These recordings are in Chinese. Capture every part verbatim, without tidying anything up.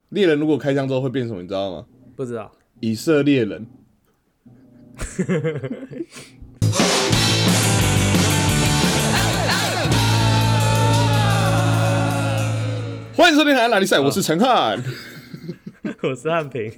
猎人如果开枪之后会变什么，你知道吗？ 不知道。 以色列人。欢迎收听《海岸拉力赛》，我是陈汉， 我是汉平。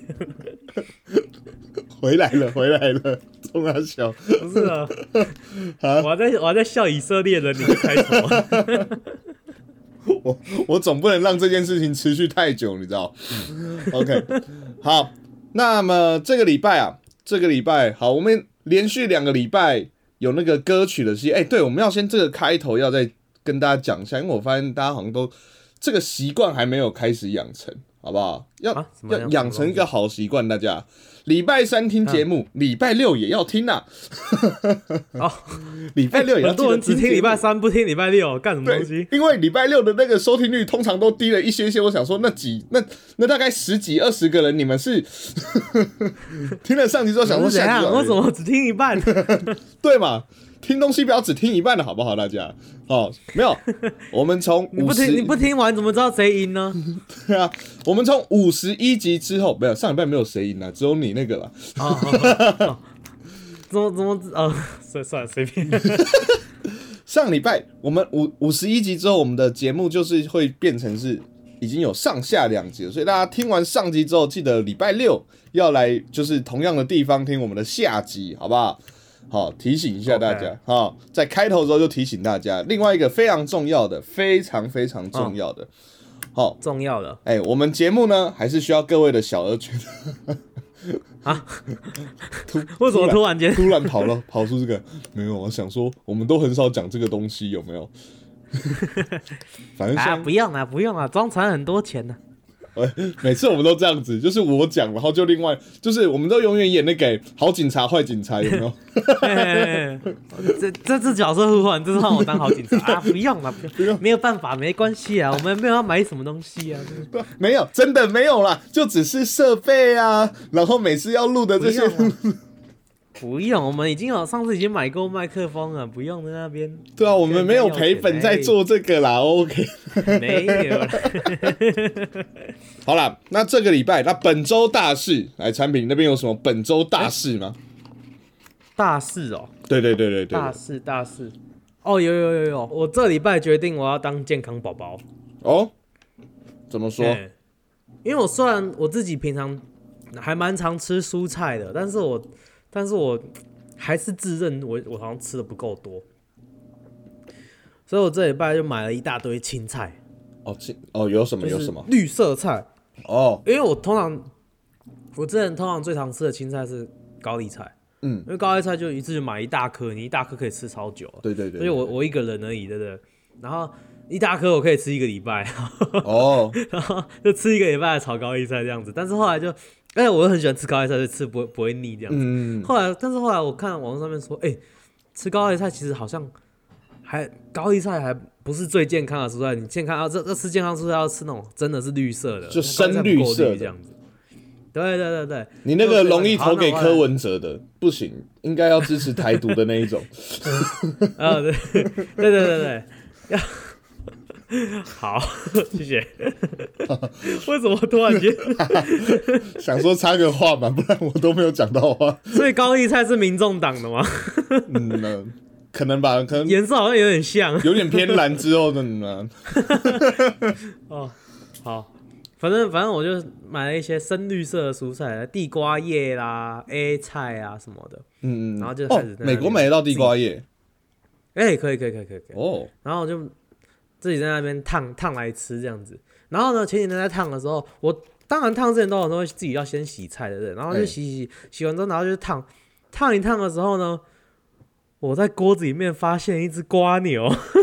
回来了，回来了，冲他笑。 不是啊，我还在我还在笑以色列人，你的开头。 我我总不能让这件事情持续太久，你知道 ？OK， 好，那么这个礼拜啊，这个礼拜好，我们连续两个礼拜有那个歌曲的戏，哎、欸，对，我们要先这个开头要再跟大家讲一下，因为我发现大家好像都这个习惯还没有开始养成，好不好？要、啊、要养成一个好习惯，大家。礼拜三听节目，礼、啊、拜六也要听呐、啊。哦，礼拜六也要听。 很多人只听礼拜三，不听礼拜六，干什么东西？ 因为礼拜六的那个收听率通常都低了一些些。我想说，那几那那大概十几二十个人，你们是听了上集之后想说下集， 我怎么只听一半？ 对嘛？听东西不要只听一半的好不好？大家哦，没有，我们从五十你不听完怎么知道谁赢呢？ 对啊，我们从五十一集之后，没有上礼拜没有谁赢啊，只有你那个了。哦哦哦、 怎么怎么呃，算算了，随便。 上礼拜我们五五十一集之后，我们的节目就是会变成是已经有上下两集了，所以大家听完上集之后，记得礼拜六要来就是同样的地方听我们的下集，好不好？好，提醒一下大家， okay. 好，在开头的时候就提醒大家，另外一个非常重要的，非常非常重要的，好、 嗯，重要的， 哎、欸，我们节目呢还是需要各位的小额捐啊？为什么突然间突然跑了跑出这个？没有，我想说，我们都很少讲这个东西，有没有？反正啊，不用啊，不用啊，装船很多钱呢、啊。 每次我们都这样子，就是我讲，然后就另外就是我们都永远演那个好警察、坏警察，有没有？ 这这次角色互换，这是让我当好警察啊！不用了，不用，没有办法，没关系啊，我们没有要买什么东西啊， 没有，真的没有啦，就只是设备啊，然后每次要录的这些。 不用，我们已经有上次已经买过麦克风了，不用在那边。 对啊，我们没有赔本在做这个啦 ，OK。 没有啦。 好啦，那这个礼拜，那本周大事，来产品那边有什么本周大事吗？ 大事哦。 对对对对 对, 對。 大事大事。哦，有有有有，我这礼拜决定我要当健康宝宝。 哦？怎么说？ 欸、因为我虽然我自己平常还蛮常吃蔬菜的，但是我。但是我还是自认我我好像吃的不够多，所以我这礼拜就买了一大堆青菜。 哦，青哦有什么有什么？ 绿色菜哦， 因为我通常我之前通常最常吃的青菜是高丽菜，嗯，因为高丽菜就一次就买一大颗，你一大颗可以吃超久。 对对 对, 對， 所以我我一个人而已，对不对？然后一大颗我可以吃一个礼拜， 哦， 然后就吃一个礼拜的炒高丽菜这样子。但是后来就。哎、欸，我又很喜欢吃高丽菜，就吃不会不会腻这样子。嗯、后来，但是后来我看网络上面说，哎、欸，吃高丽菜其实好像还高丽菜还不是最健康的蔬菜。你健康要这这吃健康蔬菜要吃那种真的是绿色的， 就深绿色的这样子。对对对对， 你那个容易投给柯文哲的不行，应该要支持台独的那一种。 啊，对对对对对，要。好，谢谢。为什么突然间想说插个话嘛，不然我都没有讲到话。 所以高丽菜是民众党的吗？ 嗯，可能吧，可能颜色好像有点像， 有点偏蓝之后的呢。 哦，好，反正反正我就买了一些深绿色的蔬菜，地瓜叶啦、A 菜啊什么的。嗯嗯，然后就开始、 哦、美国买得到地瓜叶。 哎、欸，可以可以可以可以可以。 哦， 然后我就。自己在那边烫烫来吃这样子，然后呢，前几天在烫的时候，我当然烫之前都有都会自己要先洗菜，对不对？然后就洗洗、欸、洗完之后，然后就烫烫一烫的时候呢，我在锅子里面发现一只蝸牛。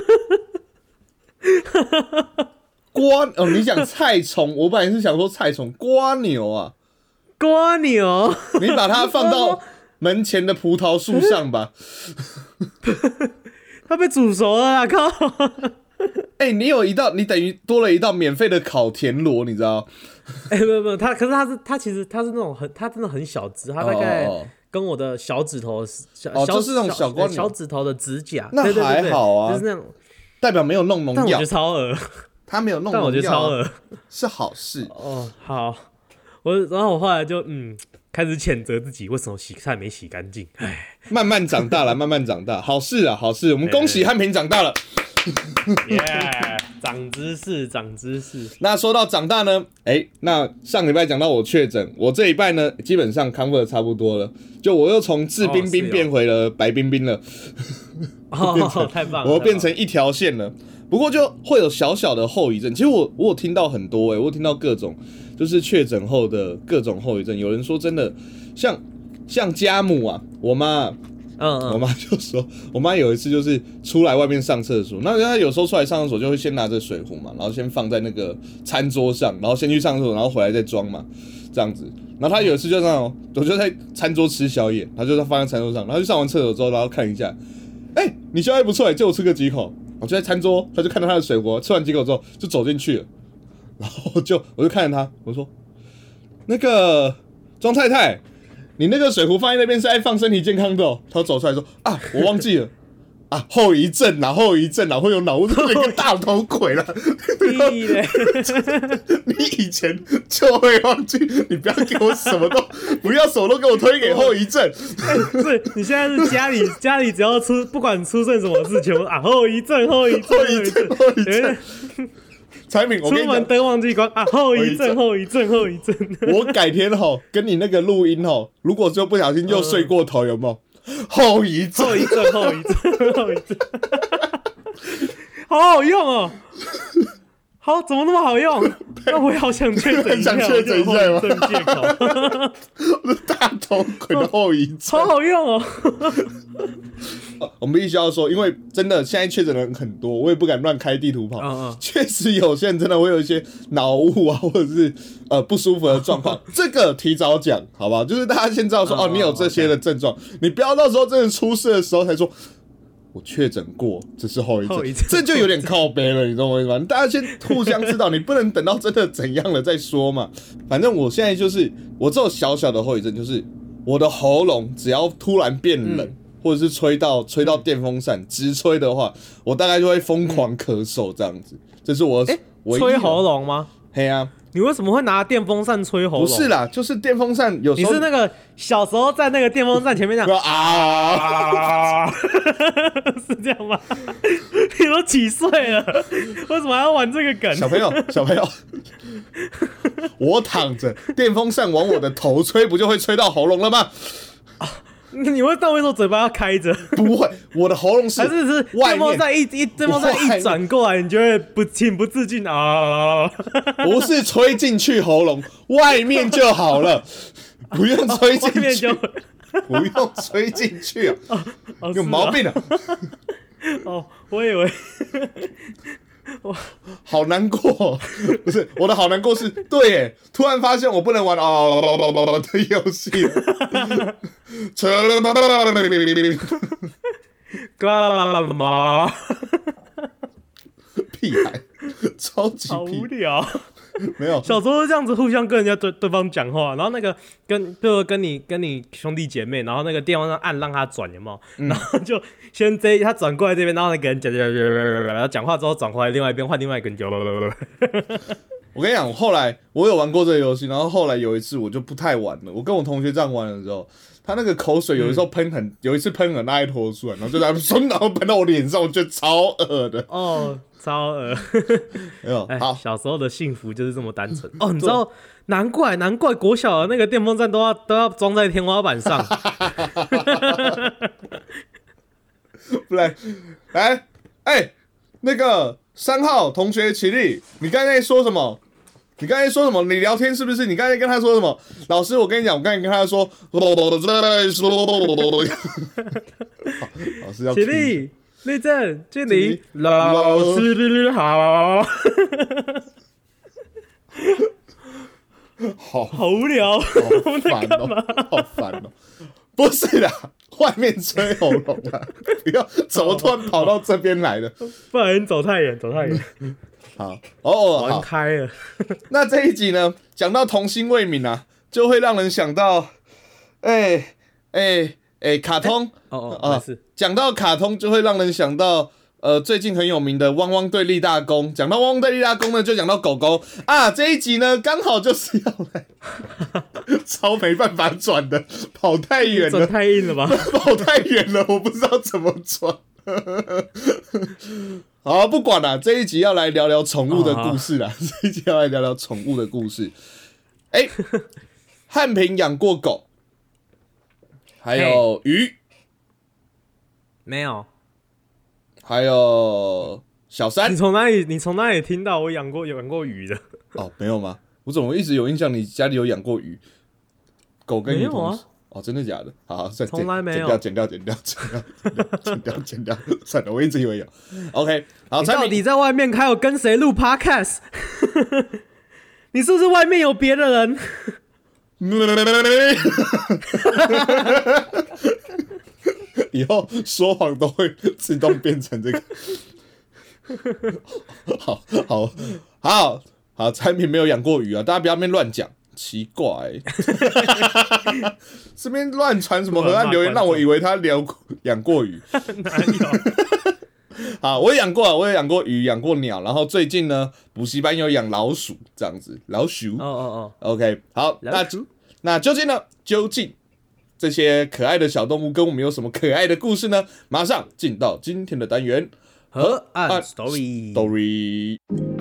蝸哦，你讲菜虫，我本来是想说菜虫，蝸牛啊， 蝸牛， 你把它放到门前的葡萄树上吧。 它被煮熟了啊！靠。 哎、欸，你有一道，你等于多了一道免费的烤田螺，你知道？ 哎、欸，没有没有，它可是它是它其实它是那种很，它真的很小只，它大概跟我的小指头小哦，就是那种小蝸牛小指头的指甲， 那还好啊， 就是那种代表没有弄农药。 但我觉得超恶， 他没有弄但我农药、啊， 觉得超恶是好事。 哦。好，我然后我后来就嗯开始谴责自己，为什么洗菜没洗干净？哎， 慢慢长大了，慢慢长大，好事啊，好事！我们恭喜汉平长大了。 耶、yeah, 长知识，长知识。 那说到长大呢，哎、欸，那上礼拜讲到我确诊，我这礼拜呢基本上康复的差不多了，就我又从志冰冰变回了白冰冰了。 哦，太棒了！ 我变成一条线了。不过就会有小小的后遗症。其实我我有听到很多哎、欸，我有听到各种就是确诊后的各种后遗症。有人说真的，像像家母啊，我妈。嗯, 嗯，我妈就说，我妈有一次就是出来外面上厕所，那她有时候出来上厕所就会先拿着水壶嘛，然后先放在那个餐桌上，然后先去上厕所，然后回来再装嘛，这样子。然后她有一次就那种，我就在餐桌吃宵夜，她就放在餐桌上，然后就上完厕所之后，然后看一下，哎、欸，你宵夜不错哎，借我吃个几口。我就在餐桌，她就看到她的水壶，吃完几口之后就走进去了，然后就我就看着她，我说，那个庄太太。你那个水壶放在那边是爱放身体健康的哦。他走出来说啊，我忘记了啊，后遗症啊，后遗症啊，会有脑雾，这个大头鬼了。你以前就会忘记，你不要给我什么都不要什么都给我推给后遗症。 欸、是，你现在是家里家里只要出不管出现什么事情啊，后遗症，后遗症， 后遗症，后遗症。产品，我跟你出门灯忘记关啊，后遗症，后遗症，后遗症。 我改天吼跟你那个录音吼，如果就不小心又睡过头，有没有？后遗症， 后遗症，后遗症，后遗症，好好用哦。好，怎么那么好用？那我也好想确诊一下， 想确诊一下吗？ 借口， 我是大头鬼的后遗症， 好好用哦。 我们必须要说，因为真的现在确诊的人很多，我也不敢乱开地图炮。确、嗯嗯、实有些人真的会有一些脑雾啊，或者是呃不舒服的状况。这个提早讲，好不好？就是大家先知道说，哦，你有这些的症状， okay. 你不要到时候真的出事的时候才说。我确诊过，这是后遗症，这就有点靠背了，你懂我意思吗？大家先互相知道，你不能等到真的怎样了再说嘛。反正我现在就是我这种小小的后遗症，就是我的喉咙只要突然变冷，嗯、或者是吹到吹到电风扇直吹的话，我大概就会疯狂咳嗽这样子。这是我唯一吹喉咙吗？ 嘿啊。 你为什么会拿电风扇吹喉咙？ 不是啦，就是电风扇有时候你是那个小时候在那个电风扇前面讲啊，是这样吗？你都几岁了，为什么还要玩这个梗？ 小朋友，小朋友，我躺着，电风扇往我的头吹，不就会吹到喉咙了吗？ 你会但为什么嘴巴要开着？ 不会，我的喉咙是还是是电风扇一一电风扇一转过来，你就会不情不自禁啊！ 不是吹进去喉咙，外面就好了，不用吹进去，哦、不用吹进去啊！哦哦、有毛病啊！ 哦，我以为。 我好难过，不是我的好难过是对耶，突然发现我不能玩哦的游戏了。屁孩，超级屁， 好无聊。 没有， 小时候这样子互相跟人家对对方讲话，然后那个跟比如跟你跟你兄弟姐妹，然后那个电风扇按让他转，有没有？嗯、然后就先这他转过来这边，然后那个人讲讲讲讲讲话之后转回来另外一边换另外一个人讲。 我跟你讲，后来我有玩过这个游戏，然后后来有一次我就不太玩了。我跟我同学这样玩的时候，他那个口水有的时候喷很，嗯、有一次喷很大一坨出来，然后就在那然后喷到我脸上，我觉得超恶的。 哦。超恶， 没有好、欸，小时候的幸福就是这么单纯哦。你知道，难怪难怪国小的那个电风扇都要都要装在天花板上， 不然来，哎、欸，那个三号同学起立，你刚才说什么？你刚才说什么？你聊天是不是？你刚才跟他说什么？老师，我跟你讲，我刚才跟他说，老师要起立。立正，敬礼，老师好。 好， 好无聊， 好烦哦，好烦哦。不是啦，外面吹喉咙啦，不要怎么突然跑到这边来的？ 不然你走太远，走太远。 好，哦， 玩开了。 那这一集呢，讲到童心未泯啊，就会让人想到，哎、欸、哎。欸哎、欸，卡通哦哦，没事。 讲到卡通，就会让人想到， 呃最近很有名的汪汪队立大功。讲到汪汪队立大功呢，就讲到狗狗啊。这一集呢，刚好就是要来超没办法转的，跑太远了， 转太硬了吧？ 跑太远了，我不知道怎么转。好，不管了，这一集要来聊聊宠物的故事啦。Oh, 这一集要来聊聊宠物的故事。哎、欸，汉平养过狗，还有鱼， 没有， 还有小三。 你从哪里？你从哪里听到我养过有养过鱼的？ 哦，没有吗？我怎么一直有印象你家里有养过鱼？狗跟鱼同时。哦，真的假的？好好，算从来没有， 剪掉，剪掉，剪掉，剪掉，剪掉，剪掉，算了，我一直以为有。OK， 好， 你到底在外面还有跟谁录 Podcast？ 你是不是外面有别的人？ 以后说谎都会自动变成这个。好好好好，产品没有养过鱼啊，大家不要那边乱讲。奇怪、欸，这边乱传什么河岸留言，让我以为他养过鱼。 哪有？ 好，我养过，我有养过鱼，养过鸟，然后最近呢，补习班有养老鼠，这样子，老鼠。 哦哦哦 ，OK， 好，那那究竟呢？究竟这些可爱的小动物跟我们有什么可爱的故事呢？马上进到今天的单元， 河岸 story story。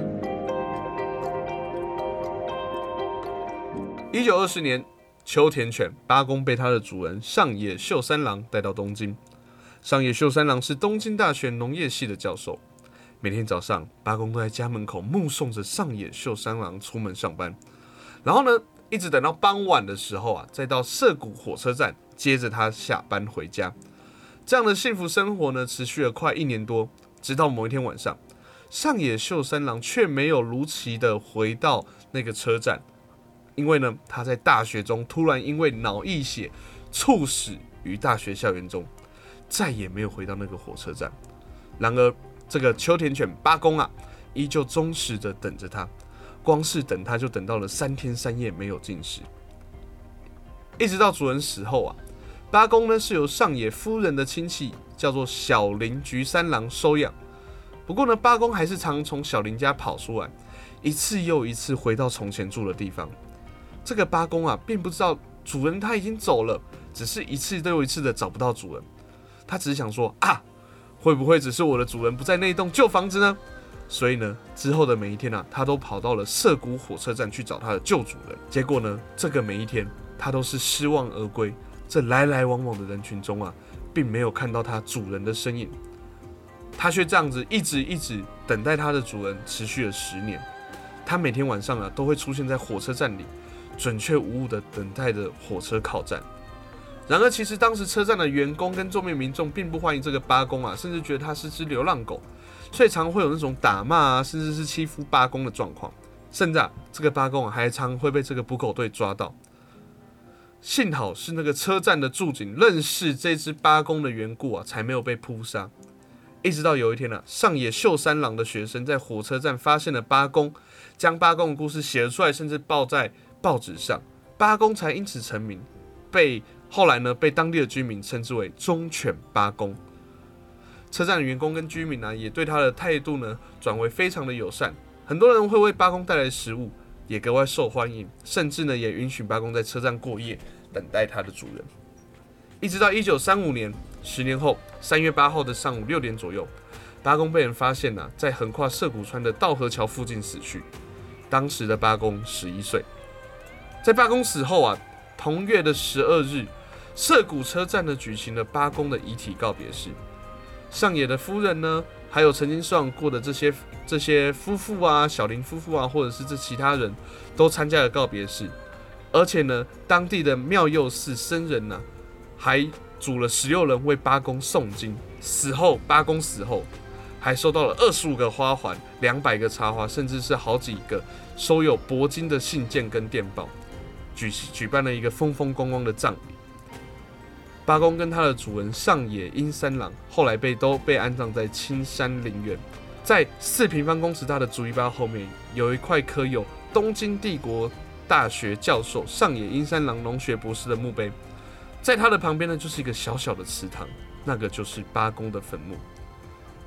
一九二四年，秋田犬八公被它的主人上野秀三郎带到东京。上野秀三郎是东京大学农业系的教授。每天早上，八公都在家门口目送着上野秀三郎出门上班，然后呢，一直等到傍晚的时候啊，再到涩谷火车站接着他下班回家。这样的幸福生活呢，持续了快一年多，直到某一天晚上，上野秀三郎却没有如期的回到那个车站。因为呢，他在大学中突然因为脑溢血猝死于大学校园中，再也没有回到那个火车站。然而，这个秋田犬八公啊，依旧忠实的等着他，光是等他就等到了三天三夜没有进食，一直到主人死后啊，八公呢是由上野夫人的亲戚叫做小林菊三郎收养。不过呢，八公还是常从小林家跑出来，一次又一次回到从前住的地方。这个八公啊，并不知道主人他已经走了，只是一次又一次的找不到主人。他只是想说啊，会不会只是我的主人不在那栋旧房子呢？所以呢，之后的每一天啊，他都跑到了涩谷火车站去找他的旧主人。结果呢，这个每一天他都是失望而归。这来来往往的人群中啊，并没有看到他主人的身影。他却这样子一直一直等待他的主人，持续了十年。他每天晚上啊，都会出现在火车站里，准确无误的等待着火车靠站。然而，其实当时车站的员工跟周边民众并不欢迎这个八公啊，甚至觉得他是只流浪狗，所以常会有那种打骂啊，甚至是欺负八公的状况。甚至啊，这个八公啊，还常会被这个捕狗队抓到。幸好是那个车站的驻警认识这只八公的缘故啊，才没有被扑杀。一直到有一天啊，上野秀三郎的学生在火车站发现了八公，将八公的故事写了出来，甚至报在报纸上，八公才因此成名，被后来呢被当地的居民称之为忠犬八公。车站的员工跟居民呢，也对他的态度呢转为非常的友善，很多人会为八公带来食物，也格外受欢迎，甚至呢也允许八公在车站过夜，等待他的主人。一直到一九三五年，十年后三月八号的上午六点左右，八公被人发现啊，在横跨涩谷川的稻荷桥附近死去。当时的八公十一岁。在八公死后啊，同月的十二日，涩谷车站呢举行了八公的遗体告别式。上野的夫人呢，还有曾经收养过的这些这些夫妇啊，小林夫妇啊，或者是这其他人都参加了告别式。而且呢，当地的妙佑寺僧人呢、啊，还组了十六人为八公诵经。死后，八公死后，还收到了二十五个花环、两百个插花，甚至是好几个收有铂金的信件跟电报。举, 举办了一个风风光光的葬礼。八公跟他的主人上野英三郎后来被都被安葬在青山陵园，在四平方公尺大的竹篱笆后面有一块刻有东京帝国大学教授上野英三郎农学博士的墓碑，在他的旁边呢就是一个小小的祠堂，那个就是八公的坟墓。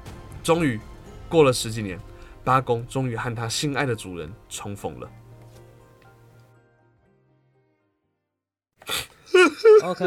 终于过了十几年，八公终于和他心爱的主人重逢了。 OK，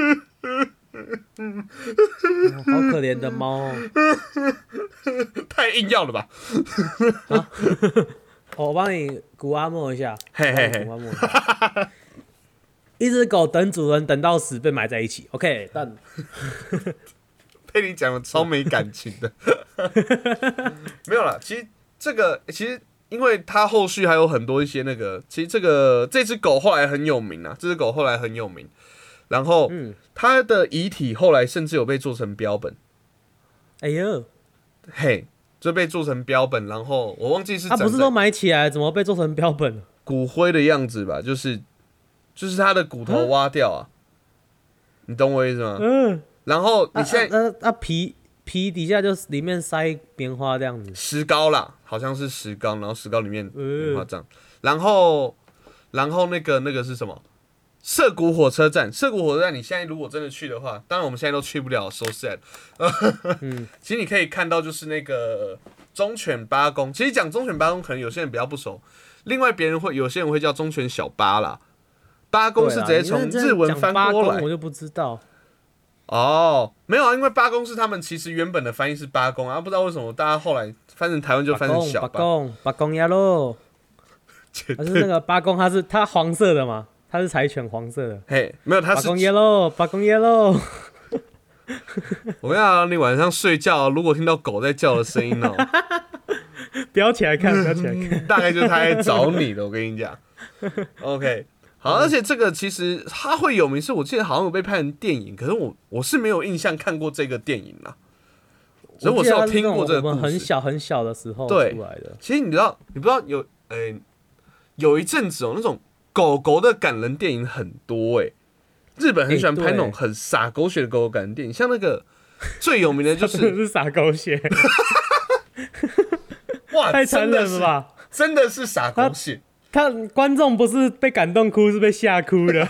好可怜的猫哦， 太硬要了吧？ 啊、我帮你鼓阿莫一下， 嘿嘿嘿， 鼓阿莫一下。一只狗等主人等到死，被埋在一起。OK， 但被你讲的超没感情的。没有啦，其实这个其实因为它后续还有很多一些那个，其实这个这只狗后来很有名啊，这只狗后来很有名，然后它的遗体后来甚至有被做成标本。 哎呦， 嘿，就被做成标本，然后我忘记是它、啊、不是都埋起来，怎么被做成标本？ 骨灰的样子吧，就是就是它的骨头挖掉啊，你懂我意思吗？嗯。然后你现在啊啊啊皮皮底下就里面塞棉花这样子， 石膏啦，好像是石膏，然后石膏里面棉花这样，然后然后那个那个是什么？涩谷火车站，涩谷火车站，你现在如果真的去的话，当然我们现在都去不了 ，so sad。嗯，其实你可以看到就是那个忠犬八公，其实讲忠犬八公可能有些人比较不熟，另外别人会有些人会叫忠犬小八啦，八公是直接从日文翻过来， 我就不知道。 哦，没有啊，因为八公是他们其实原本的翻译是八公啊，不知道为什么大家后来翻成台湾就翻成小八。 八公，八公呀喽，它是那个八公，它是它黄色的嘛，它是柴犬黄色的。 嘿，没有，它是八公耶喽，八公耶喽。 我跟你讲，你晚上睡觉如果听到狗在叫的声音哦， 不要起来看，不要起来看， 大概就是它在找你的。我跟你讲 ，OK。好，而且这个其实它会有名，是我记得好像有被拍成电影，可是我我是没有印象看过这个电影啦。所以我是有听过这个故事。 我们很小很小的时候出来的。 其实你知道，你不知道有呃、欸、有一阵子哦、喔，那种狗狗的感人电影很多哎、欸，日本很喜欢拍那种很洒狗血的狗狗感人电影，像那个最有名的就是是洒狗血， 哇， 太残忍了吧？ 真的是洒狗血。 他观众不是被感动哭，是被吓哭的。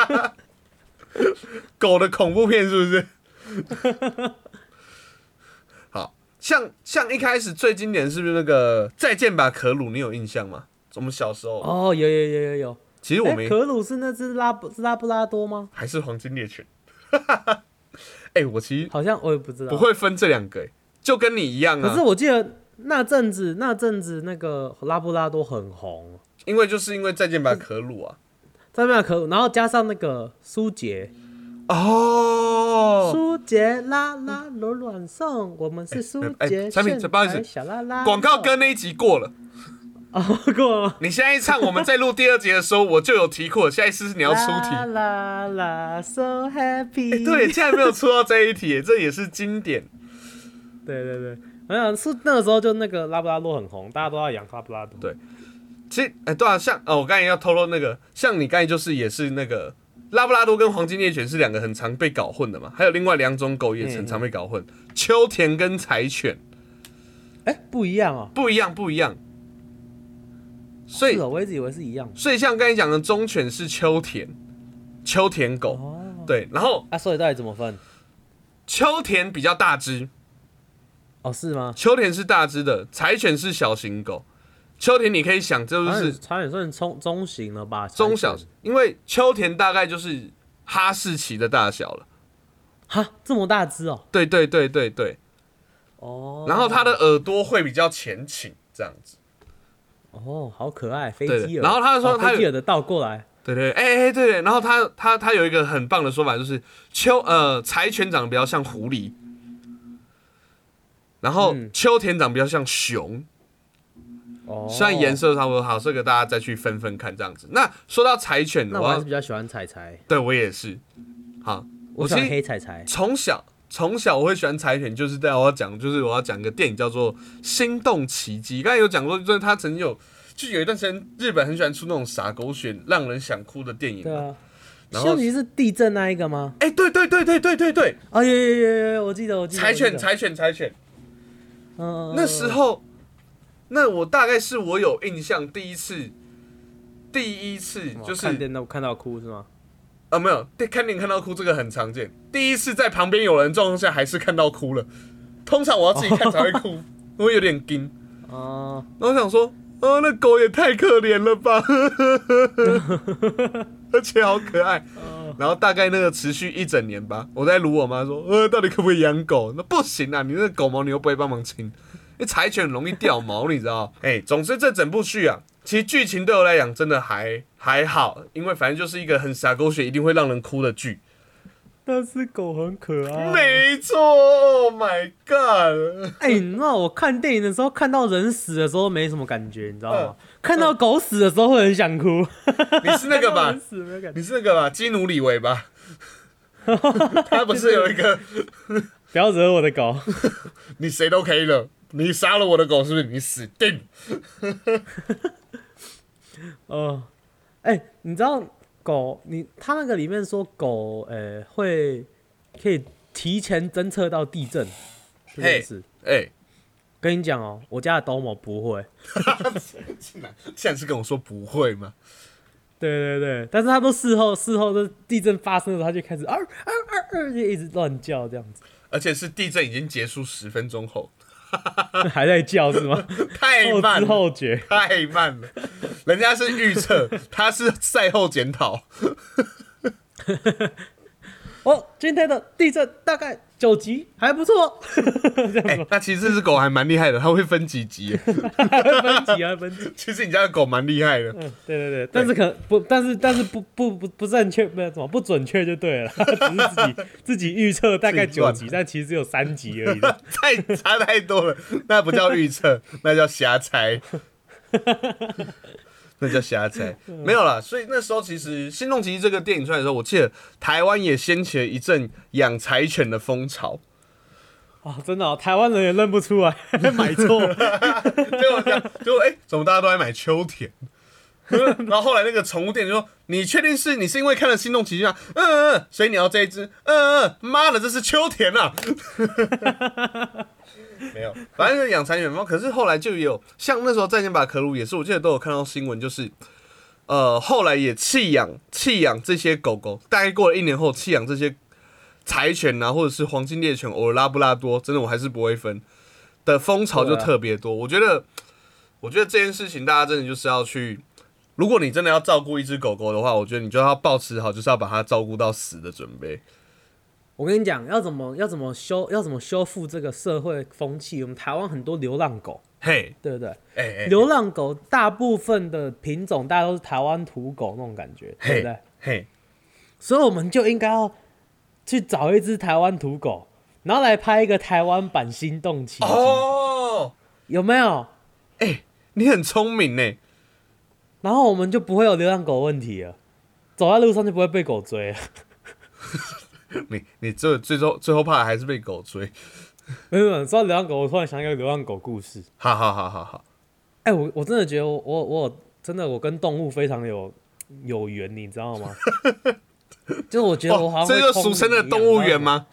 狗的恐怖片是不是？好像像一开始最经典是不是那个《再见吧可鲁》？你有印象吗？我们小时候哦，有有有有有。 其实我没。 欸、可鲁是那只拉是拉布拉多吗？ 还是黄金猎犬？哎、欸，我其实好像我也不知道， 不会分这两个、欸，就跟你一样啊。 可是我记得那阵子那阵子那个拉布拉多很红。 因为就是因为再见吧可鲁啊， 再见吧可鲁，然后加上那个苏杰哦， 苏杰拉拉罗软送，我们是苏杰， 产品不好意思， 小拉拉广告歌那一集过了， 哦过了吗？ 你现在一唱，我们在录第二节的时候我就有提过，下一次是你要出题， 啦啦啦 so happy， 欸、对，竟然没有出到这一题，这也是经典， 对对对，我想是那个时候就那个拉布拉多很红，大家都要养拉布拉多， 对。其实，哎、欸，对啊，像哦，我刚才要透露那个，像你刚才就是也是那个拉布拉多跟黄金猎犬是两个很常被搞混的嘛，还有另外两种狗也很常被搞混，嗯、秋田跟柴犬， 哎、欸，不一样啊， 不一样，不一样。所以， 是哦，我一直以为是一样。 所以像刚才讲的忠犬是秋田，秋田狗，哦、对，然后啊，所以到底怎么分？ 秋田比较大只， 哦，是吗？ 秋田是大只的，柴犬是小型狗。秋田你可以想，就是柴犬算中中型了吧？ 中小，因为秋田大概就是哈士奇的大小了。 哈，这么大只哦？ 对对对对对。哦。然后它的耳朵会比较前倾，这样子。 哦，好可爱，飞机耳。 然后他说他飞机耳的倒过来。 对对，哎、欸、哎、欸、对，然后他他他有一个很棒的说法，就是秋呃柴犬长得比较像狐狸，然后秋田长得比较像熊。哦，虽然颜色差不多，好，这个大家再去分分看这样子。那说到柴犬， 那我还是比较喜欢柴柴。 对我也是。好， 我喜欢黑柴柴。 从小从小我会喜欢柴犬，就是在我要讲，就是我要讲一个电影叫做《心动奇迹》。刚才有讲过，就是他曾经有，就有一段时间日本很喜欢出那种洒狗血、让人想哭的电影。 对啊。然后你是地震那一个吗？ 哎、欸，对对对对对对对。 哦，有有有有，我记得我记得。 柴犬柴犬柴犬。嗯。那时候。那我大概是我有印象第一次，第一次就是看电脑看到哭是吗？ 啊，没有，看电影看到哭这个很常见。第一次在旁边有人状况下还是看到哭了，通常我要自己看才会哭。 我有点惊。 哦、 然后我想说，哦，那狗也太可怜了吧，而且好可爱。然后大概那个持续一整年吧，我在撸我妈说，呃，到底可不可以养狗？那不行啊，你那个狗毛你又不会帮忙清，因为柴犬很容易掉毛，你知道？哎，总之这整部剧啊，其实剧情对我来讲真的还还好，因为反正就是一个很洒狗血，一定会让人哭的剧。 但是狗很可爱。 没错 ，Oh my god！ 哎、欸，你知道我看电影的时候，看到人死的时候没什么感觉，你知道吗？嗯、看到狗死的时候会很想哭。 你是那个吧？你是那个吧？基努里维吧？他不是有一个不要惹我的狗， 你谁都可以惹，你杀了我的狗是不是你死定？ 哦，哎、欸，你知道？狗，你他那个里面说狗，呃、欸，会可以提前侦测到地震这件事。哎、hey, 欸，跟你讲哦、喔，我家的 Domo 不会。 竟然竟然是跟我说不会吗？ 对对对，但是他都事后事后的地震发生的时候，他就开始啊啊啊啊，就一直乱叫这样子。 而且是地震已经结束十分钟后。 还在叫是吗？ 太慢了， 后知后觉， 太慢了。人家是预测，他是赛后检讨。 哦，今天的地震大概九级，还不错。 哎、欸，那其实这只狗还蛮厉害的，它会分几级？ 分级啊，分级。 其实你家的狗蛮厉害的。 嗯，对对对，但是可不，但是但是不不不不正确，没有什么不准确就对了。只是自己自己预测大概九级，但其实只有三级而已。 太差太多了，那不叫预测，那叫瞎猜。那叫瞎猜，没有啦。所以那时候其实《心动奇迹》这个电影出来的时候，我记得台湾也掀起了一阵养柴犬的风潮。 哦，真的、哦，台湾人也认不出来，买错。 结果这样，结果哎，怎么大家都在买秋田？然后后来那个宠物店就说：“你确定是你是因为看了《心动奇迹》吗？”嗯嗯嗯，所以你要这一只。嗯嗯，妈的，这是秋田啊！没有，反正养柴犬猫。可是后来就有像那时候再见吧可鲁也是，我记得都有看到新闻，就是呃后来也弃养弃养这些狗狗，大概过了一年后弃养这些柴犬啊，或者是黄金猎犬、偶尔拉布拉多，真的我还是不会分的风潮就特别多。啊、我觉得，我觉得这件事情大家真的就是要去，如果你真的要照顾一只狗狗的话，我觉得你就要抱持好，就是要把它照顾到死的准备。 我跟你讲，要怎么要怎么修要怎么修复这个社会风气？我们台湾很多流浪狗， 嘿， hey, 对不对？ 哎、欸欸、 流浪狗大部分的品种，大家都是台湾土狗那种感觉， hey, 对不对？ 嘿， hey, 所以我们就应该要去找一只台湾土狗，然后来拍一个台湾版《心动奇迹》 哦， 有没有？ 哎、欸，你很聪明呢。 然后我们就不会有流浪狗问题了，走在路上就不会被狗追了。 你你最最后最后怕的还是被狗追。 没有，说到流浪狗，我突然想一个流浪狗故事。 好好好好好。 哎、欸，我我真的觉得我我我真的我跟动物非常有有缘，你知道吗？就是我觉得我好像、哦、 这就俗称的动物园吗？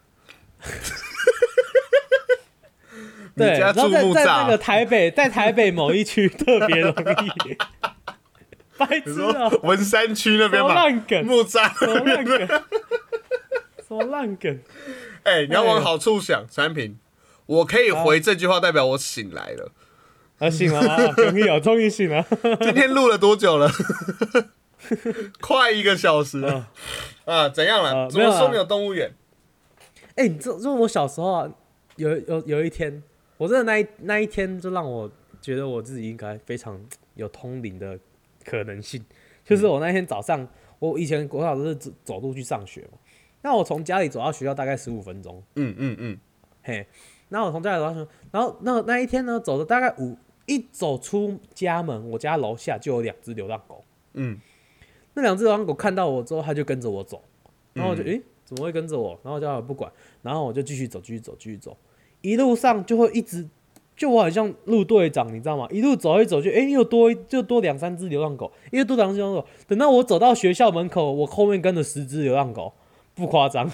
对，然后在在那个台北，在台北某一区特别容易。白痴啊！ 文山区那边嘛， 烂梗， 木栅， 什么烂梗？什么烂梗？ 哎、欸，你要往好处想，产品，我可以回这句话，代表我醒来了。 啊，醒了啊！终于有，终于醒了。 今天录了多久了？快一个小时了。啊，怎样了？怎么说没有动物园？ 哎、欸，你这就我小时候啊，有有有一天，我真的那一那一天就让我觉得我自己应该非常有通灵的可能性。就是我那天早上，我以前国小都是走路去上学嘛，那我从家里走到学校大概十五分钟。 嗯嗯嗯， 嘿，那我从家里走到学校，然后那那一天呢，走了大概五，一走出家门，我家楼下就有两只流浪狗。嗯，那两只流浪狗看到我之后，它就跟着我走，然后我就诶、嗯欸，怎么会跟着我？然后我就不管，然后我就继续走，继续走，继续走，一路上就会一直。就我好像路队长，你知道吗？一路走一走就，哎、欸，又多就多两三只流浪狗，又多两只流浪狗。等到我走到学校门口，我后面跟着十只流浪狗，不夸张。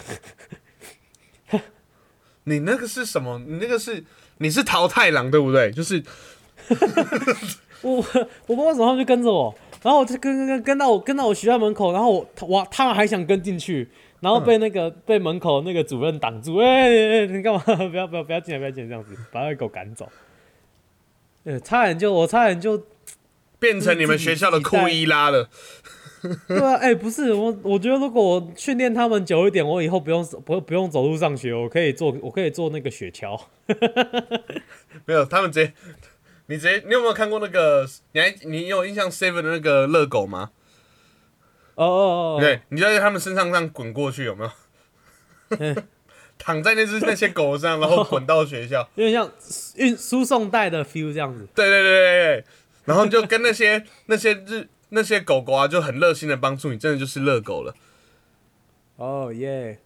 你那个是什么？你那个是你是桃太郎对不对？就是我我不知道为什么他们就跟着我， 然后我就跟跟跟跟到我跟到我学校门口，然后我哇，他们还想跟进去，然后被那个、嗯、被门口那个主任挡住，哎、欸欸，你干嘛？不要不要不要进来，不要进来，这样子把那个狗赶走。呃，差点就我差点就变成你们学校的库伊拉了。 对啊，哎、欸，不是我，我觉得如果我训练他们久一点，我以后不用不不用走路上学，我可以做我可以做那个雪橇。 没有，他们直接，你直接，你有没有看过那个？你还你有印象 Seven 的那个乐狗吗？ 哦哦哦， 对，你就在他们身上这样滚过去，有没有？ 嗯、 躺在那只那些狗上，然后滚到学校， 有点像运输送带的 feel 这样子。 对对对对对，然后就跟那些那些日。那些狗狗啊，就很热心的帮助你，真的就是乐狗了。 哦耶！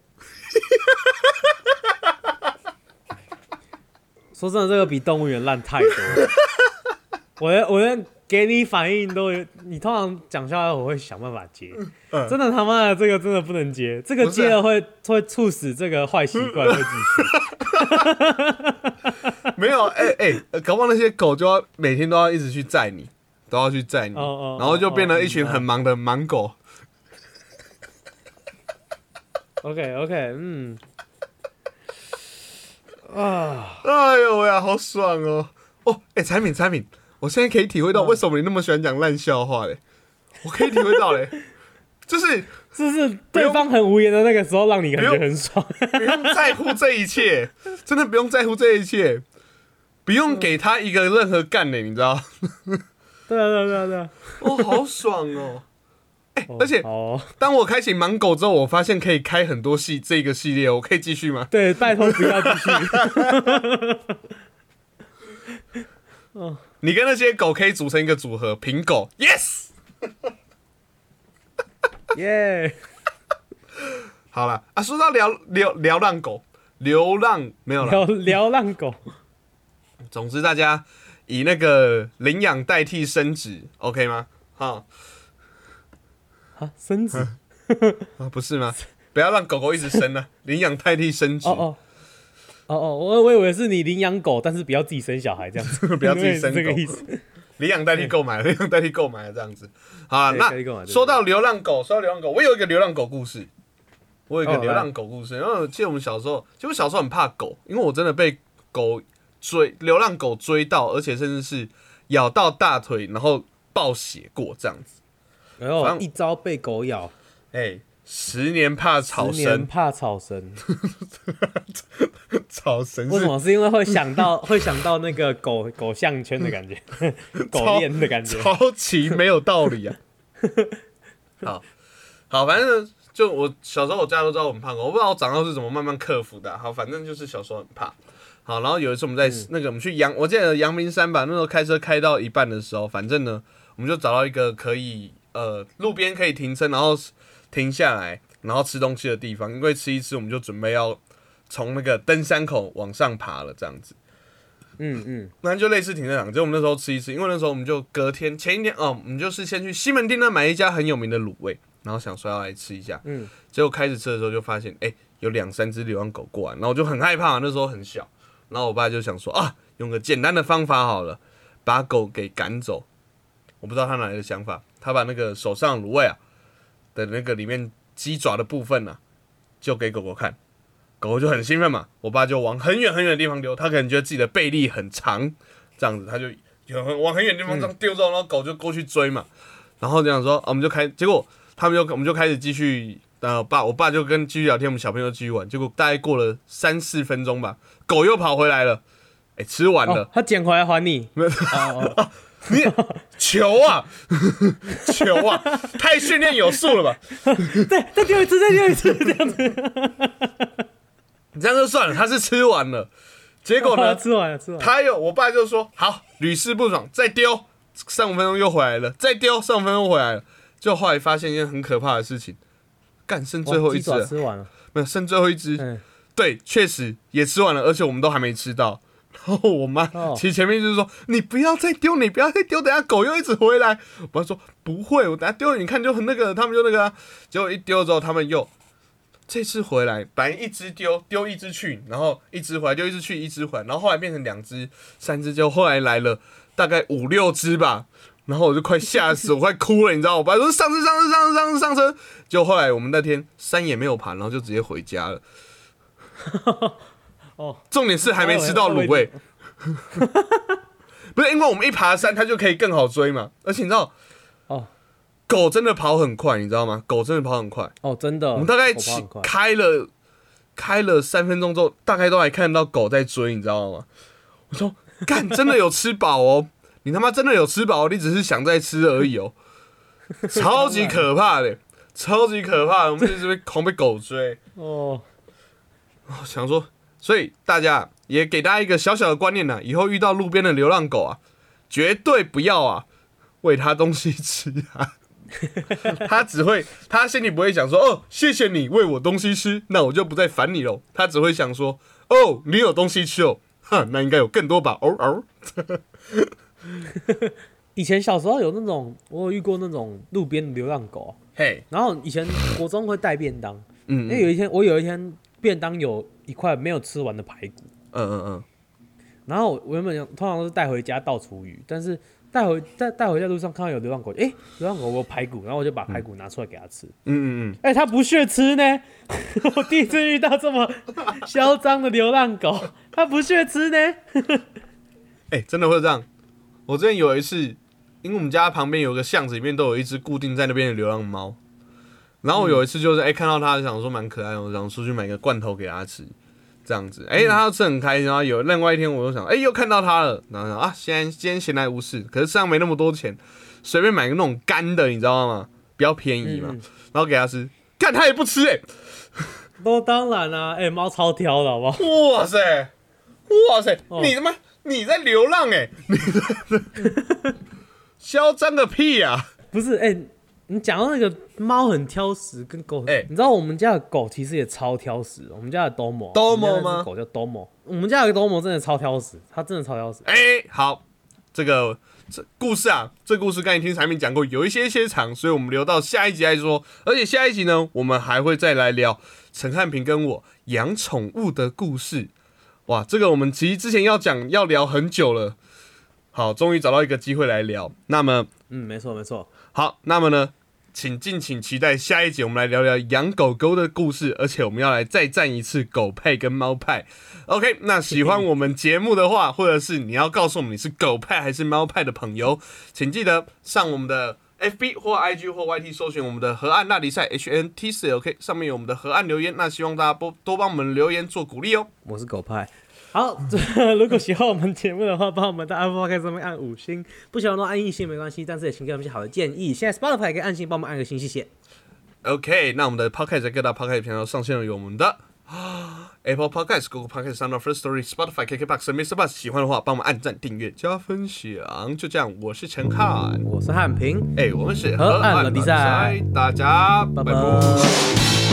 说真的，这个比动物园烂太多了。我连我连给你反应都有，你通常讲笑话，我会想办法接。嗯、真的他妈的，这个真的不能接，这个接了会、啊、会促使这个坏习惯会继续。没有，哎、欸、哎、欸，搞不好那些狗就要每天都要一直去载你。都要去载你， oh, oh, 然后就变成一群很忙的盲狗。 OK OK， 嗯，啊， 哎呦喂呀，好爽哦！哦，哎、欸，产品产品，我现在可以体会到为什么你那么喜欢讲烂笑话嘞，我可以体会到嘞，就是就是对方很无言的那个时候，让你感觉很爽， 不用在乎这一切，真的不用在乎这一切，不用给他一个任何干嘞，你知道？ 对啊对啊对啊对啊！ 哦，好爽哦！哎、欸，而且、 哦、 当我开启盲狗之后，我发现可以开很多系这个系列，我可以继续吗？ 对，拜托不要继续。 哦，你跟那些狗可以组成一个组合，平狗 ，yes， 耶！ yeah. 好了啊，说到流流流浪狗，流浪没有了， 流浪狗。 总之，大家。以那个领养代替生殖 ，OK 吗？哈， 啊，生殖啊，不是吗？不要让狗狗一直生啊，领养代替生殖。 哦哦哦哦，我我以为是你领养狗，但是不要自己生小孩这样子， 不要自己生狗， 这个意思。 领养代替购买，领养代替购买这样子。好啊，那说到流浪狗，说到流浪狗，我有一个流浪狗故事，我有一个流浪狗故事。然后记得我们小时候，其实我小时候很怕狗，因为我真的被狗。追流浪狗追到，而且甚至是咬到大腿，然后爆血过这样子。 然后一朝被狗咬， 哎、欸，十年怕草绳， 十年怕草绳。 草绳为什么？是因为会想到会想到那个狗狗项圈的感觉，狗链的感觉， 超级没有道理啊！好，好，反正就我小时候，我家都知道我很怕狗，我不知道我长大是怎么慢慢克服的、啊。好，反正就是小时候很怕。好，然后有一次我们在、嗯、那个我们去阳，我记得阳明山吧，那时候开车开到一半的时候，反正呢，我们就找到一个可以呃路边可以停车，然后停下来，然后吃东西的地方。因为吃一吃，我们就准备要从那个登山口往上爬了，这样子。嗯嗯，那就类似停车场，就我们那时候吃一吃，因为那时候我们就隔天前一天哦，我们就是先去西门町那买一家很有名的卤味，然后想说要来吃一下。嗯，结果开始吃的时候就发现，哎、欸，有两三只流浪狗过来，然后我就很害怕，那时候很小。然后我爸就想说啊，用个简单的方法好了，把狗给赶走。我不知道他哪来的想法，他把那个手上卤味啊的那个里面鸡爪的部分啊，就给狗狗看，狗狗就很兴奋嘛。我爸就往很远很远的地方丢，他可能觉得自己的背力很长，这样子他就往很远的地方这样丢之后，然后狗就过去追嘛。然后这样说，啊、我们就开，结果他们就我们就开始继续。呃，爸，我爸就跟继续聊天，我们小朋友继续玩。结果大概过了三四分钟吧，狗又跑回来了，哎、欸，吃完了， 哦、他捡回来还你， 没有？哦哦、你球啊，球啊，太训练有素了吧？ 对，再丢一次，再丢一次，这样子， 这样就算了，他是吃完了。结果呢？ 哦、吃完了，吃完了。 他有，我爸就说好，屡试不爽，再丢，三五分钟又回来了，再丢，三五分钟又回来了。就后来发现一件很可怕的事情。干剩最后一只了， 吃完了， 没有剩最后一只、嗯，对，确实也吃完了，而且我们都还没吃到。然后我妈、哦、其实前面就是说，你不要再丢，你不要再丢，等下狗又一直回来。我妈说不会，我等下丢了，你看就很那个，他们就那个、啊。结果一丢之后，他们又这次回来，本来一只丢丢一只去，然后一只回来丢一只去，一只回来，然后后来变成两只、三只，就后来来了大概五六只吧。 然后我就快吓死，我快哭了，你知道，我爸说上车上车上车上车上车，结果后来我们那天山也没有爬，然后就直接回家了。哦，重点是还没吃到卤味，不是因为我们一爬山，它就可以更好追嘛，而且你知道，哦，狗真的跑很快，你知道吗？狗真的跑很快， 哦，真的， 我们大概开了开了三分钟之后，大概都还看到狗在追，你知道吗？我说，干，真的有吃饱哦。你他妈真的有吃饱，你只是想再吃而已哦，超级可怕的，超级可怕的，我们一直被狂被狗追哦。想说，所以大家也给大家一个小小的观念呐、啊，以后遇到路边的流浪狗啊，绝对不要啊喂它东西吃啊，它只会，它心里不会想说哦，谢谢你喂我东西吃，那我就不再烦你喽，它只会想说哦，你有东西吃哦，哼，那应该有更多吧，嗷嗷。 以前小时候有那种，我有遇过那种路边的流浪狗，嘿， hey. 然后以前国中会带便当，嗯，因为有一天我有一天便当有一块没有吃完的排骨，嗯嗯嗯，然后我原本通常都是带回家倒厨余，但是带回带带回家路上看到有流浪狗，哎、欸，流浪狗有排骨，然后我就把排骨拿出来给它吃，嗯嗯嗯，哎、欸，它不屑吃呢，我第一次遇到这么嚣张的流浪狗，它不屑吃呢， 哎、欸，真的会这样。我之前有一次，因为我们家旁边有个巷子，里面都有一只固定在那边的流浪猫。然后我有一次就是，哎、欸，看到它想说蛮可爱的，我想出去买个罐头给它吃，这样子，哎、欸，它吃很开心。然后有另外一天，我就想，哎、欸，又看到它了，然后想啊，现在今天闲来无事，可是身上没那么多钱，随便买个那种干的，你知道吗？比较便宜嘛，嗯、然后给它吃，看它也不吃、欸，哎， 都当然啦、啊，哎、欸，猫超挑的，好不好？ 哇塞，哇塞，哦、你他妈！你在流浪哎、欸，你嚣张个屁呀、啊！ 不是哎、欸，你讲到那个猫很挑食，跟狗，哎、欸，你知道我们家的狗其实也超挑食。我们家的 Domo，Domo 吗？狗叫 Domo， 我们家有个 Domo 真的超挑食，它真的超挑食。 哎、欸，好，这个这故事啊，这故事刚才听产品讲过，有一些些长，所以我们留到下一集来说。而且下一集呢，我们还会再来聊陈汉平跟我养宠物的故事。哇，这个我们其实之前要讲要聊很久了，好，终于找到一个机会来聊。那么， 嗯，没错没错。 好，那么呢，请敬请期待下一集，我们来聊聊养狗狗的故事，而且我们要来再战一次狗派跟猫派。OK， 那喜欢我们节目的话，或者是你要告诉我们你是狗派还是猫派的朋友，请记得上我们的F B 或 I G 或 Y T 搜寻我们的河岸那里赛 H N T 四 L K， 上面有我们的河岸留言，那希望大家多多帮我们留言做鼓励哦。 我是狗派。好，如果喜欢我们节目的话，帮我们在 Apple Podcast 上面按五星，不喜欢的话按一星没关系，但是也请给我们一些好的建议。现在 Spotify 也可以按星帮我们按个星，谢谢。 OK， 那我们的 Podcast 在各大 Podcast 频道上线了，有我们的 Apple Podcast、Google Podcast、SoundOn、Firstory、Spotify、K K Box、Mr. Bus， 喜欢的话帮我们按赞、订阅、加分享。就这样，我是陈汉， 我是汉平， 哎、欸，我们是河岸的比赛， 大家拜拜。